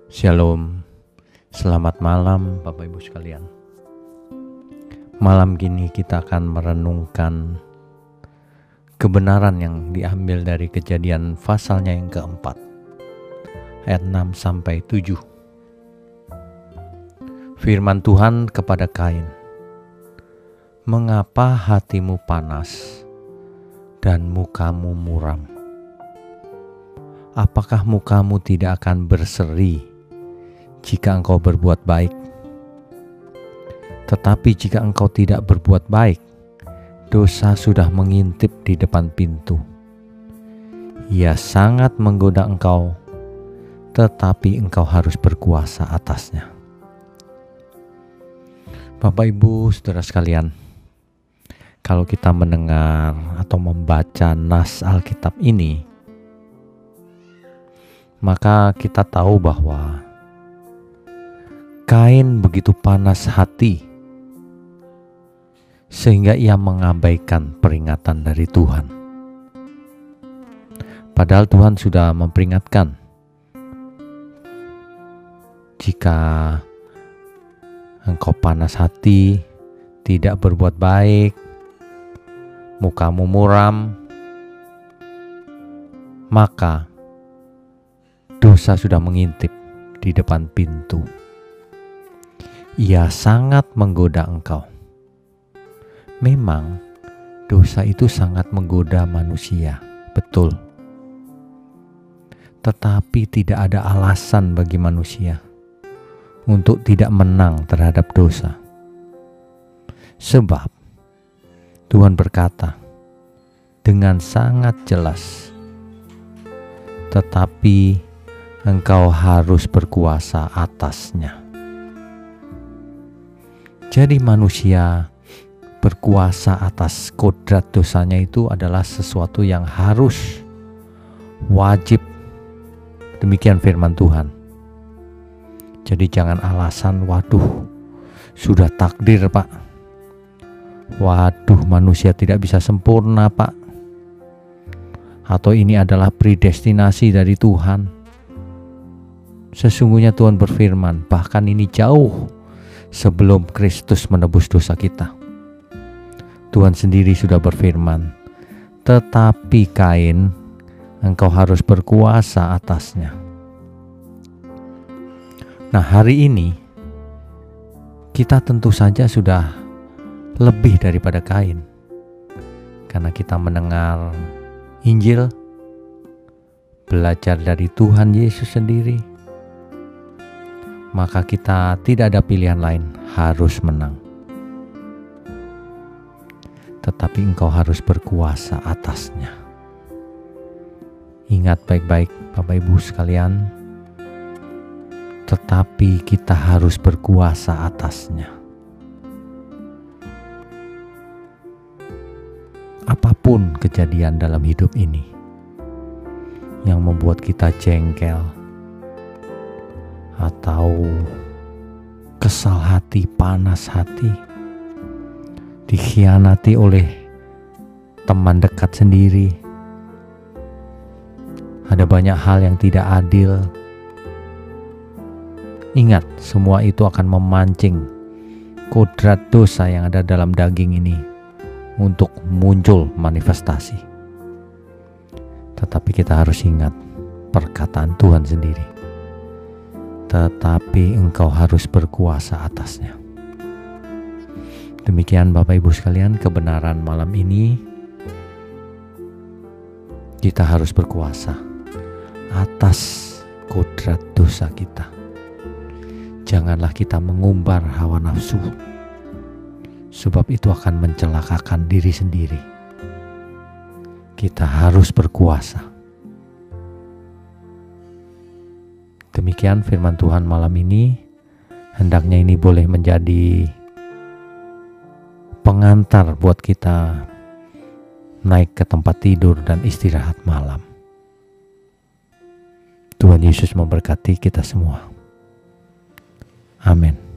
Shalom, selamat malam Bapak Ibu sekalian. Malam gini kita akan merenungkan kebenaran yang diambil dari Kejadian pasalnya yang keempat, ayat 6 sampai 7. Firman Tuhan kepada Kain, "Mengapa hatimu panas dan mukamu muram? Apakah mukamu tidak akan berseri jika engkau berbuat baik? Tetapi jika engkau tidak berbuat baik, dosa sudah mengintip di depan pintu. Ia sangat menggoda engkau, tetapi engkau harus berkuasa atasnya." Bapak Ibu Saudara sekalian, kalau kita mendengar atau membaca nas Alkitab ini, maka kita tahu bahwa Kain begitu panas hati sehingga ia mengabaikan peringatan dari Tuhan. Padahal Tuhan sudah memperingatkan, jika engkau panas hati, tidak berbuat baik, mukamu muram, maka dosa sudah mengintip di depan pintu. Ia sangat menggoda engkau. Memang dosa itu sangat menggoda manusia, betul. Tetapi tidak ada alasan bagi manusia untuk tidak menang terhadap dosa. Sebab Tuhan berkata dengan sangat jelas, "Tetapi engkau harus berkuasa atasnya." Jadi manusia berkuasa atas kodrat dosanya itu adalah sesuatu yang harus, wajib. Demikian firman Tuhan. Jadi jangan alasan, "Waduh, sudah takdir Pak. Waduh, manusia tidak bisa sempurna Pak. Atau ini adalah predestinasi dari Tuhan." Sesungguhnya Tuhan berfirman, bahkan ini jauh sebelum Kristus menebus dosa kita. Tuhan sendiri sudah berfirman, "Tetapi Kain, engkau harus berkuasa atasnya." Nah, hari ini kita tentu saja sudah lebih daripada Kain, karena kita mendengar Injil, belajar dari Tuhan Yesus sendiri, maka kita tidak ada pilihan lain, harus menang. Tetapi engkau harus berkuasa atasnya. Ingat baik-baik Bapak Ibu sekalian, tetapi kita harus berkuasa atasnya. Apapun kejadian dalam hidup ini yang membuat kita jengkel atau kesal hati, panas hati, dikhianati oleh teman dekat sendiri, ada banyak hal yang tidak adil. Ingat, semua itu akan memancing kodrat dosa yang ada dalam daging ini untuk muncul manifestasi. Tetapi kita harus ingat perkataan Tuhan sendiri, "Tetapi engkau harus berkuasa atasnya." Demikian Bapak Ibu sekalian kebenaran malam ini. Kita harus berkuasa atas kodrat dosa kita. Janganlah kita mengumbar hawa nafsu, sebab itu akan mencelakakan diri sendiri. Kita harus berkuasa. Demikian firman Tuhan malam ini. Hendaknya ini boleh menjadi pengantar buat kita naik ke tempat tidur dan istirahat malam. Tuhan Yesus memberkati kita semua. Amin.